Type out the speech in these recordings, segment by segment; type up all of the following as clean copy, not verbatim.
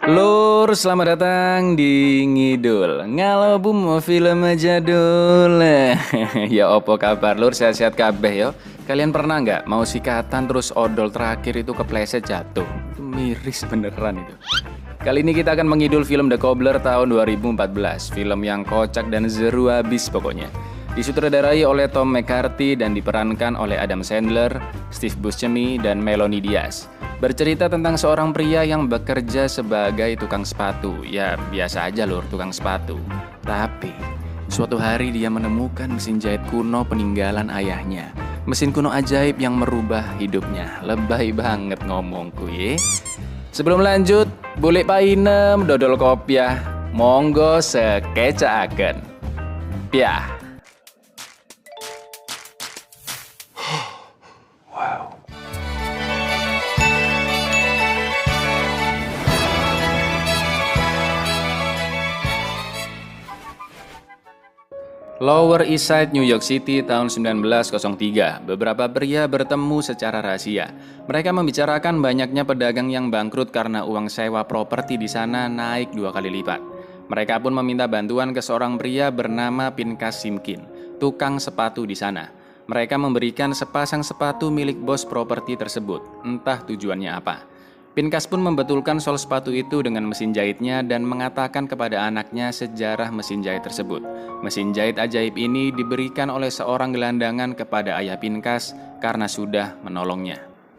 Lur, selamat datang di Ngidul Ngalobum film jadul. Ya opo kabar lur, sehat-sehat kabeh yo. Kalian pernah nggak mau sikatan terus odol terakhir itu kepleset jatuh? Itu miris beneran itu. Kali ini kita akan mengidul film The Cobbler tahun 2014. Film yang kocak dan seru abis pokoknya. Disutradarai oleh Tom McCarthy dan diperankan oleh Adam Sandler, Steve Buscemi, dan Melanie Diaz. Bercerita tentang seorang pria yang bekerja sebagai tukang sepatu. Ya, biasa aja lur, tukang sepatu. Tapi, suatu hari dia menemukan mesin jahit kuno peninggalan ayahnya. Mesin kuno ajaib yang merubah hidupnya. Lebay banget ngomongku ye. Sebelum lanjut, boleh painem dodol kopiah. Monggo sekecaaken. Piah. Lower East Side, New York City tahun 1903. Beberapa pria bertemu secara rahasia. Mereka membicarakan banyaknya pedagang yang bangkrut karena uang sewa properti di sana naik 2 kali lipat. Mereka pun meminta bantuan ke seorang pria bernama Pinkas Simkin, tukang sepatu di sana. Mereka memberikan sepasang sepatu milik bos properti tersebut, entah tujuannya apa. Pinkas pun membetulkan sol sepatu itu dengan mesin jahitnya dan mengatakan kepada anaknya sejarah mesin jahit tersebut. Mesin jahit ajaib ini diberikan oleh seorang gelandangan kepada ayah Pinkas karena sudah menolongnya.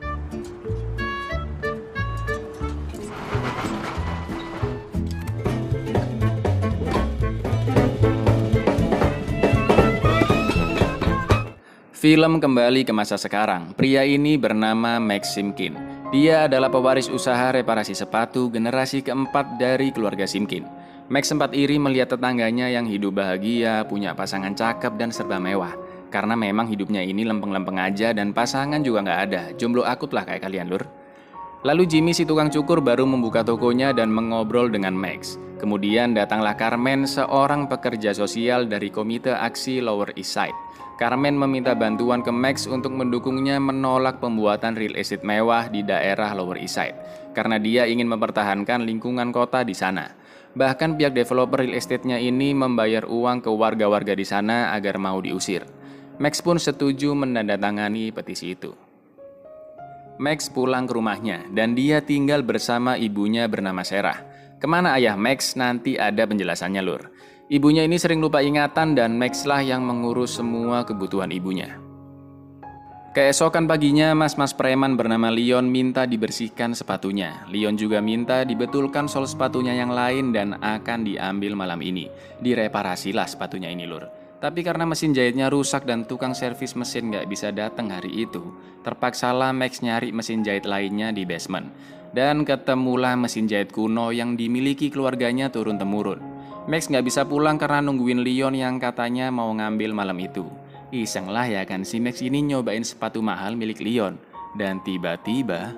Film kembali ke masa sekarang. Pria ini bernama Max Simkin. Dia adalah pewaris usaha reparasi sepatu generasi keempat dari keluarga Simkin. Max sempat iri melihat tetangganya yang hidup bahagia, punya pasangan cakep dan serba mewah. Karena memang hidupnya ini lempeng-lempeng aja dan pasangan juga nggak ada. Jomblo akut lah kayak kalian lur. Lalu Jimmy si tukang cukur baru membuka tokonya dan mengobrol dengan Max. Kemudian datanglah Carmen, seorang pekerja sosial dari Komite Aksi Lower East Side. Carmen meminta bantuan ke Max untuk mendukungnya menolak pembuatan real estate mewah di daerah Lower East Side karena dia ingin mempertahankan lingkungan kota di sana. Bahkan pihak developer real estate-nya ini membayar uang ke warga-warga di sana agar mau diusir. Max pun setuju menandatangani petisi itu. Max pulang ke rumahnya dan dia tinggal bersama ibunya bernama Sarah. Kemana ayah Max nanti ada penjelasannya lur. Ibunya ini sering lupa ingatan dan Max lah yang mengurus semua kebutuhan ibunya. Keesokan paginya, mas-mas preman bernama Leon minta dibersihkan sepatunya. Leon juga minta dibetulkan sol sepatunya yang lain dan akan diambil malam ini. Direparasilah sepatunya ini lur. Tapi karena mesin jahitnya rusak dan tukang servis mesin gak bisa datang hari itu, terpaksalah Max nyari mesin jahit lainnya di basement. Dan ketemulah mesin jahit kuno yang dimiliki keluarganya turun-temurun. Max gak bisa pulang karena nungguin Leon yang katanya mau ngambil malam itu. Iseng lah ya kan si Max ini nyobain sepatu mahal milik Leon. Dan tiba-tiba...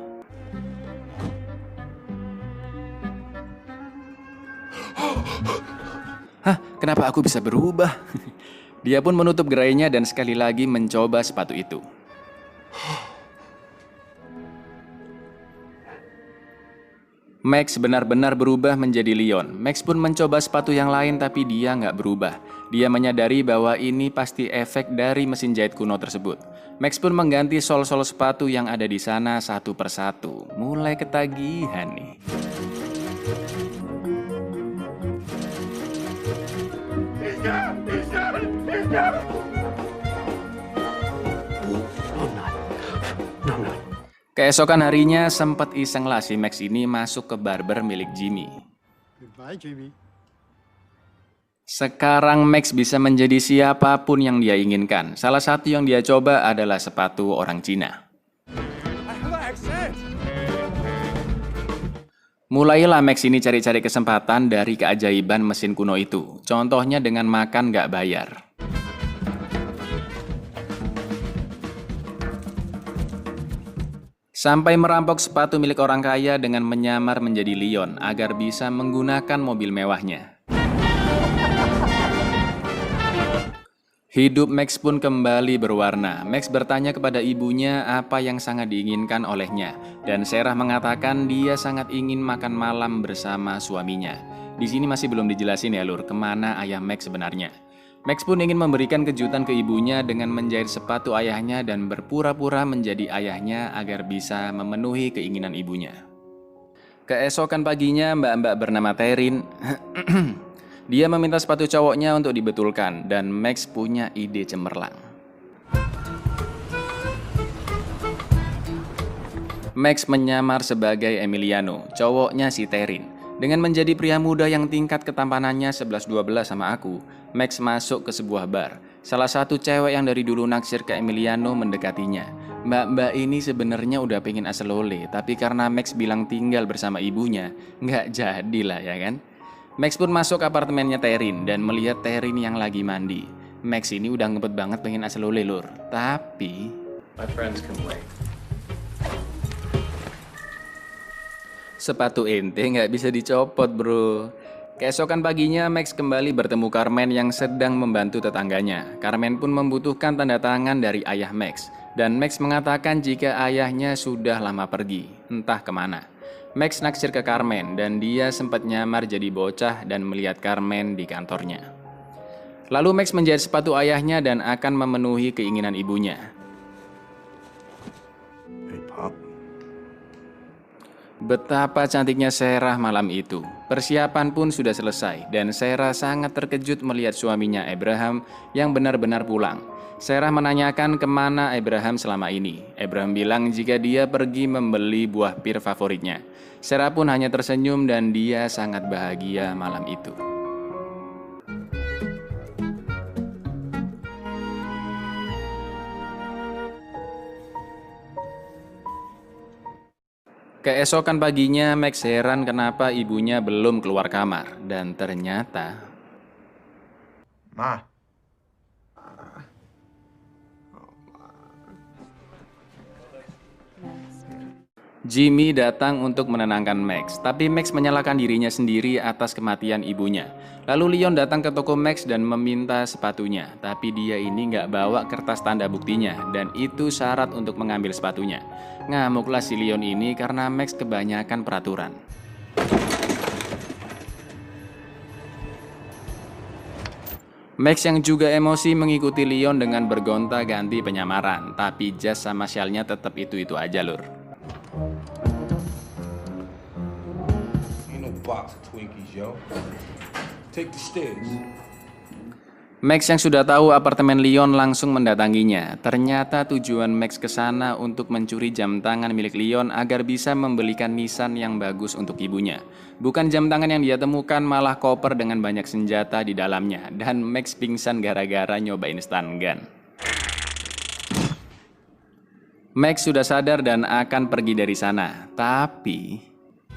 Hah, kenapa aku bisa berubah? Dia pun menutup gerainya dan sekali lagi mencoba sepatu itu. Max benar-benar berubah menjadi Leon. Max pun mencoba sepatu yang lain tapi dia nggak berubah. Dia menyadari bahwa ini pasti efek dari mesin jahit kuno tersebut. Max pun mengganti sol-sol sepatu yang ada di sana satu persatu. Mulai ketagihan nih. Keesokan harinya sempat iseng lah si Max ini masuk ke barber milik Jimmy. Goodbye, Jimmy. Sekarang Max bisa menjadi siapapun yang dia inginkan. Salah satu yang dia coba adalah sepatu orang Cina. Mulailah Max ini cari-cari kesempatan dari keajaiban mesin kuno itu. Contohnya dengan makan gak bayar. Sampai merampok sepatu milik orang kaya dengan menyamar menjadi Leon agar bisa menggunakan mobil mewahnya. Hidup Max pun kembali berwarna. Max bertanya kepada ibunya apa yang sangat diinginkan olehnya, dan Sarah mengatakan dia sangat ingin makan malam bersama suaminya. Di sini masih belum dijelasin ya lur, kemana ayah Max sebenarnya. Max pun ingin memberikan kejutan ke ibunya dengan menjahit sepatu ayahnya dan berpura-pura menjadi ayahnya agar bisa memenuhi keinginan ibunya. Keesokan paginya mbak-mbak bernama Terin dia meminta sepatu cowoknya untuk dibetulkan dan Max punya ide cemerlang. Max menyamar sebagai Emiliano, cowoknya si Terin. Dengan menjadi pria muda yang tingkat ketampanannya 11-12 sama aku, Max masuk ke sebuah bar. Salah satu cewek yang dari dulu naksir ke Emiliano mendekatinya. Mbak-mbak ini sebenarnya udah pengen aselole, tapi karena Max bilang tinggal bersama ibunya, nggak jadilah ya kan? Max pun masuk ke apartemennya Terin dan melihat Terin yang lagi mandi. Max ini udah ngebet banget pengen aselole lur, tapi sepatu ente nggak bisa dicopot bro. Keesokan paginya Max kembali bertemu Carmen yang sedang membantu tetangganya. Carmen pun membutuhkan tanda tangan dari ayah Max. Dan Max mengatakan jika ayahnya sudah lama pergi, entah kemana. Max naksir ke Carmen dan dia sempat nyamar jadi bocah dan melihat Carmen di kantornya. Lalu Max menjahit sepatu ayahnya dan akan memenuhi keinginan ibunya. Betapa cantiknya Sarah malam itu. Persiapan pun sudah selesai dan Sarah sangat terkejut melihat suaminya Abraham yang benar-benar pulang. Sarah menanyakan kemana Abraham selama ini. Abraham bilang jika dia pergi membeli buah pir favoritnya. Sarah pun hanya tersenyum dan dia sangat bahagia malam itu. Keesokan paginya, Max heran kenapa ibunya belum keluar kamar. Dan ternyata Ma. Jimmy datang untuk menenangkan Max, tapi Max menyalahkan dirinya sendiri atas kematian ibunya. Lalu Leon datang ke toko Max dan meminta sepatunya, tapi dia ini nggak bawa kertas tanda buktinya, dan itu syarat untuk mengambil sepatunya. Ngamuklah si Leon ini karena Max kebanyakan peraturan. Max yang juga emosi mengikuti Leon dengan bergonta-ganti penyamaran, tapi jas sama shell-nya tetap itu-itu aja lur. Box of Twinkies, yo. Take the stairs. Max yang sudah tahu apartemen Leon langsung mendatanginya. Ternyata tujuan Max ke sana untuk mencuri jam tangan milik Leon agar bisa membelikan nisan yang bagus untuk ibunya. Bukan jam tangan yang dia temukan, malah koper dengan banyak senjata di dalamnya. Dan Max pingsan gara-gara nyobain stun gun. Max sudah sadar dan akan pergi dari sana. Tapi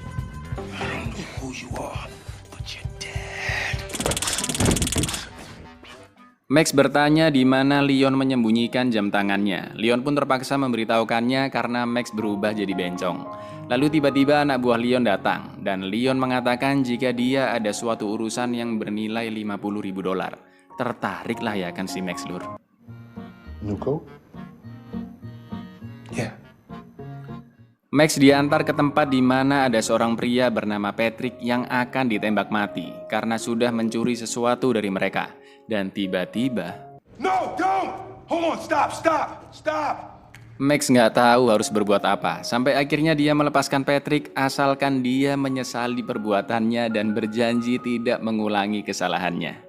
Max bertanya di mana Leon menyembunyikan jam tangannya. Leon pun terpaksa memberitahukannya karena Max berubah jadi bencong. Lalu tiba-tiba anak buah Leon datang dan Leon mengatakan jika dia ada suatu urusan yang bernilai $50.000. Tertariklah ya kan si Max lur. Nuko? Yeah. Max diantar ke tempat di mana ada seorang pria bernama Patrick yang akan ditembak mati karena sudah mencuri sesuatu dari mereka. Dan tiba-tiba, No, don't! Hold on, stop! Max nggak tahu harus berbuat apa. Sampai akhirnya dia melepaskan Patrick asalkan dia menyesali perbuatannya dan berjanji tidak mengulangi kesalahannya.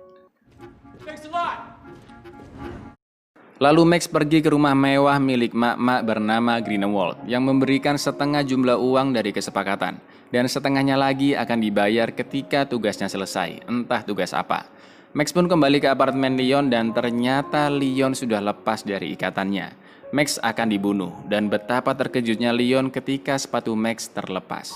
Lalu Max pergi ke rumah mewah milik mak-mak bernama Greenwald yang memberikan setengah jumlah uang dari kesepakatan. Dan setengahnya lagi akan dibayar ketika tugasnya selesai, entah tugas apa. Max pun kembali ke apartemen Leon dan ternyata Leon sudah lepas dari ikatannya. Max akan dibunuh dan betapa terkejutnya Leon ketika sepatu Max terlepas.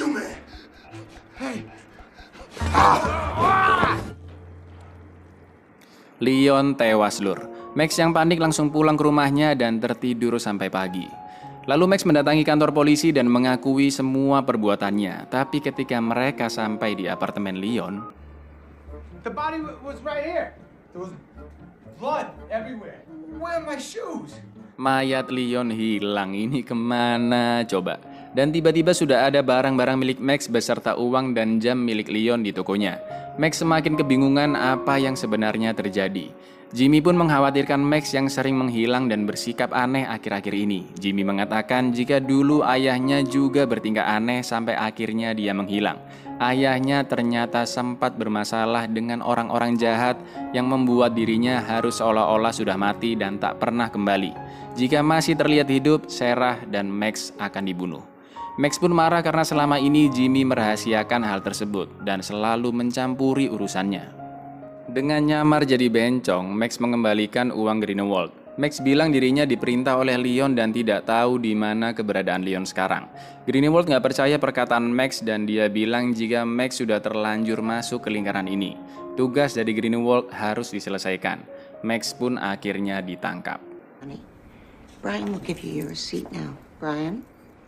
Leon tewas lur. Max yang panik langsung pulang ke rumahnya dan tertidur sampai pagi. Lalu Max mendatangi kantor polisi dan mengakui semua perbuatannya. Tapi ketika mereka sampai di apartemen Leon, The body was right here. blood everywhere. Where are my shoes? Mayat Leon hilang, ini kemana coba? Dan tiba-tiba sudah ada barang-barang milik Max beserta uang dan jam milik Leon di tokonya. Max semakin kebingungan apa yang sebenarnya terjadi. Jimmy pun mengkhawatirkan Max yang sering menghilang dan bersikap aneh akhir-akhir ini. Jimmy mengatakan jika dulu ayahnya juga bertingkah aneh sampai akhirnya dia menghilang. Ayahnya ternyata sempat bermasalah dengan orang-orang jahat yang membuat dirinya harus seolah-olah sudah mati dan tak pernah kembali. Jika masih terlihat hidup, Sarah dan Max akan dibunuh. Max pun marah karena selama ini Jimmy merahasiakan hal tersebut dan selalu mencampuri urusannya. Dengan nyamar jadi bencong, Max mengembalikan uang Greenwald. Max bilang dirinya diperintah oleh Leon dan tidak tahu di mana keberadaan Leon sekarang. Greenwald nggak percaya perkataan Max dan dia bilang jika Max sudah terlanjur masuk ke lingkaran ini. Tugas dari Greenwald harus diselesaikan. Max pun akhirnya ditangkap. Brian will give you your receipt now. Brian?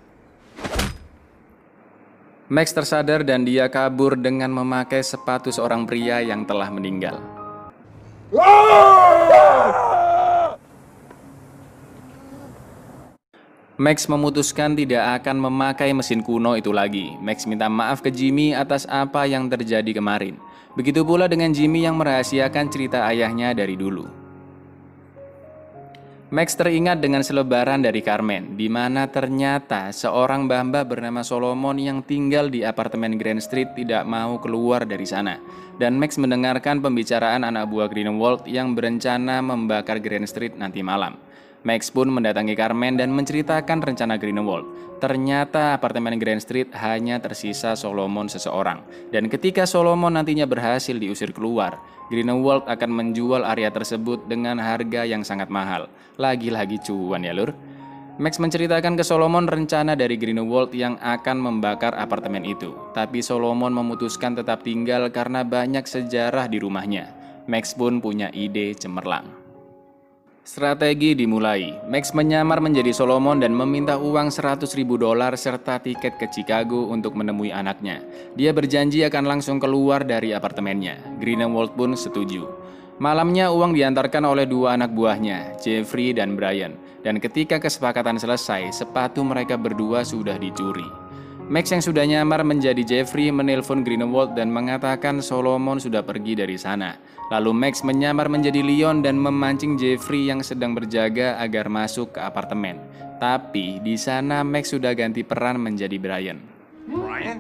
Max tersadar dan dia kabur dengan memakai sepatu seorang pria yang telah meninggal. Max memutuskan tidak akan memakai mesin kuno itu lagi. Max minta maaf ke Jimmy atas apa yang terjadi kemarin. Begitu pula dengan Jimmy yang merahasiakan cerita ayahnya dari dulu. Max teringat dengan selebaran dari Carmen, di mana ternyata seorang mbah-mbah bernama Solomon yang tinggal di apartemen Grand Street tidak mau keluar dari sana. Dan Max mendengarkan pembicaraan anak buah Greenwald yang berencana membakar Grand Street nanti malam. Max pun mendatangi Carmen dan menceritakan rencana Greenwald. Ternyata apartemen Grand Street hanya tersisa Solomon seseorang. Dan ketika Solomon nantinya berhasil diusir keluar, Greenwald akan menjual area tersebut dengan harga yang sangat mahal. Lagi-lagi cuan ya lur. Max menceritakan ke Solomon rencana dari Greenwald yang akan membakar apartemen itu. Tapi Solomon memutuskan tetap tinggal karena banyak sejarah di rumahnya. Max pun punya ide cemerlang. Strategi dimulai. Max menyamar menjadi Solomon dan meminta uang $100.000 serta tiket ke Chicago untuk menemui anaknya. Dia berjanji akan langsung keluar dari apartemennya. Greenwald pun setuju. Malamnya uang diantarkan oleh dua anak buahnya, Jeffrey dan Brian. Dan ketika kesepakatan selesai, sepatu mereka berdua sudah dicuri. Max yang sudah nyamar menjadi Jeffrey menelpon Greenwald dan mengatakan Solomon sudah pergi dari sana. Lalu Max menyamar menjadi Leon dan memancing Jeffrey yang sedang berjaga agar masuk ke apartemen. Tapi di sana Max sudah ganti peran menjadi Brian. Brian?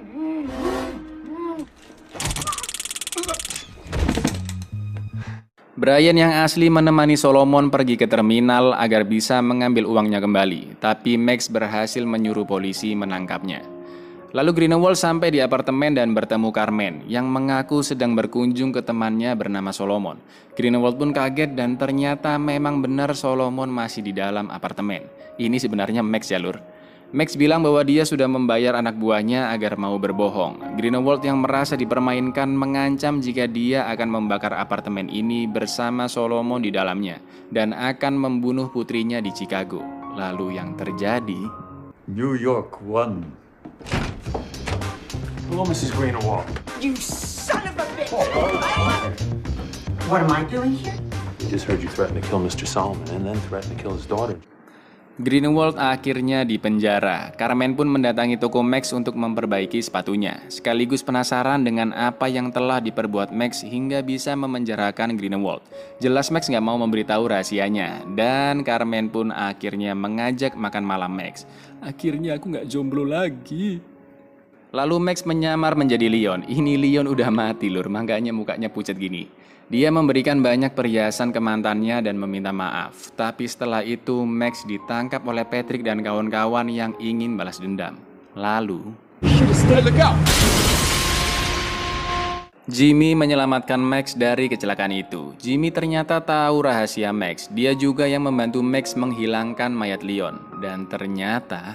Brian yang asli menemani Solomon pergi ke terminal agar bisa mengambil uangnya kembali. Tapi Max berhasil menyuruh polisi menangkapnya. Lalu Greenwald sampai di apartemen dan bertemu Carmen yang mengaku sedang berkunjung ke temannya bernama Solomon. Greenwald pun kaget dan ternyata memang benar Solomon masih di dalam apartemen. Ini sebenarnya Max ya lur. Max bilang bahwa dia sudah membayar anak buahnya agar mau berbohong. Greenwald yang merasa dipermainkan mengancam jika dia akan membakar apartemen ini bersama Solomon di dalamnya dan akan membunuh putrinya di Chicago. Lalu yang terjadi... New York won. Hello, Mrs. Greenwald. You son of a bitch! What am I doing here? We just heard you threaten to kill Mr. Solomon and then threaten to kill his daughter. Greenwald akhirnya dipenjara. Carmen pun mendatangi toko Max untuk memperbaiki sepatunya. Sekaligus penasaran dengan apa yang telah diperbuat Max hingga bisa memenjarakan Greenwald. Jelas Max nggak mau memberitahu rahasianya. Dan Carmen pun akhirnya mengajak makan malam Max. Akhirnya aku nggak jomblo lagi. Lalu Max menyamar menjadi Leon. Ini Leon udah mati lur, makanya mukanya pucat gini. Dia memberikan banyak perhiasan ke mantannya dan meminta maaf. Tapi setelah itu Max ditangkap oleh Patrick dan kawan-kawan yang ingin balas dendam. Lalu Jimmy menyelamatkan Max dari kecelakaan itu. Jimmy ternyata tahu rahasia Max. Dia juga yang membantu Max menghilangkan mayat Leon. Dan ternyata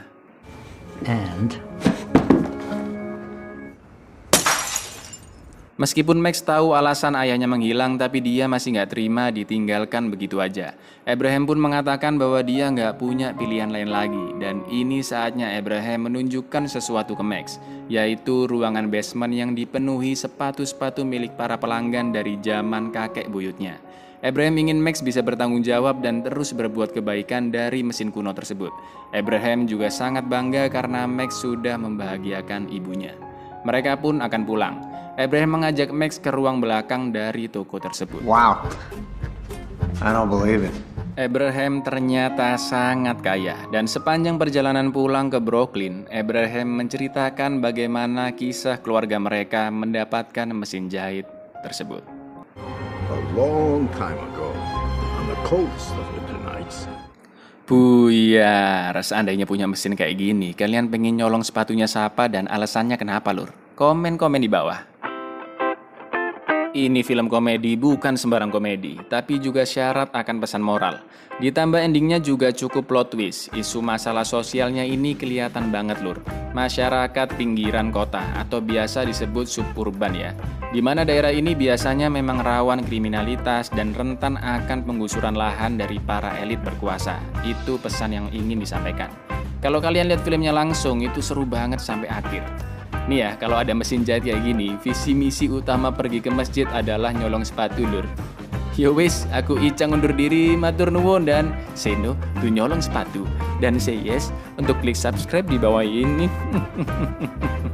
meskipun Max tahu alasan ayahnya menghilang, tapi dia masih nggak terima ditinggalkan begitu aja. Abraham pun mengatakan bahwa dia nggak punya pilihan lain lagi. Dan ini saatnya Abraham menunjukkan sesuatu ke Max, yaitu ruangan basement yang dipenuhi sepatu-sepatu milik para pelanggan dari zaman kakek buyutnya. Abraham ingin Max bisa bertanggung jawab dan terus berbuat kebaikan dari mesin kuno tersebut. Abraham juga sangat bangga karena Max sudah membahagiakan ibunya. Mereka pun akan pulang. Abraham mengajak Max ke ruang belakang dari toko tersebut. Wow. I don't believe it. Abraham ternyata sangat kaya, dan sepanjang perjalanan pulang ke Brooklyn, Abraham menceritakan bagaimana kisah keluarga mereka mendapatkan mesin jahit tersebut. A long time ago, on the coldest of winter nights. Buyar, seandainya punya mesin kayak gini, kalian pengen nyolong sepatunya siapa dan alasannya kenapa, Lur? Komen-komen di bawah. Ini film komedi bukan sembarang komedi, tapi juga syarat akan pesan moral. Ditambah endingnya juga cukup plot twist. Isu masalah sosialnya ini kelihatan banget, Lur. Masyarakat pinggiran kota atau biasa disebut suburban ya. Di mana daerah ini biasanya memang rawan kriminalitas dan rentan akan penggusuran lahan dari para elit berkuasa. Itu pesan yang ingin disampaikan. Kalau kalian lihat filmnya langsung, itu seru banget sampai akhir. Nih ya, kalau ada mesin jahit kayak gini, visi misi utama pergi ke masjid adalah nyolong sepatu, Lur. Yo wis, aku Icang undur diri, matur nuwun, dan say no to nyolong sepatu, dan say yes untuk klik subscribe di bawah ini.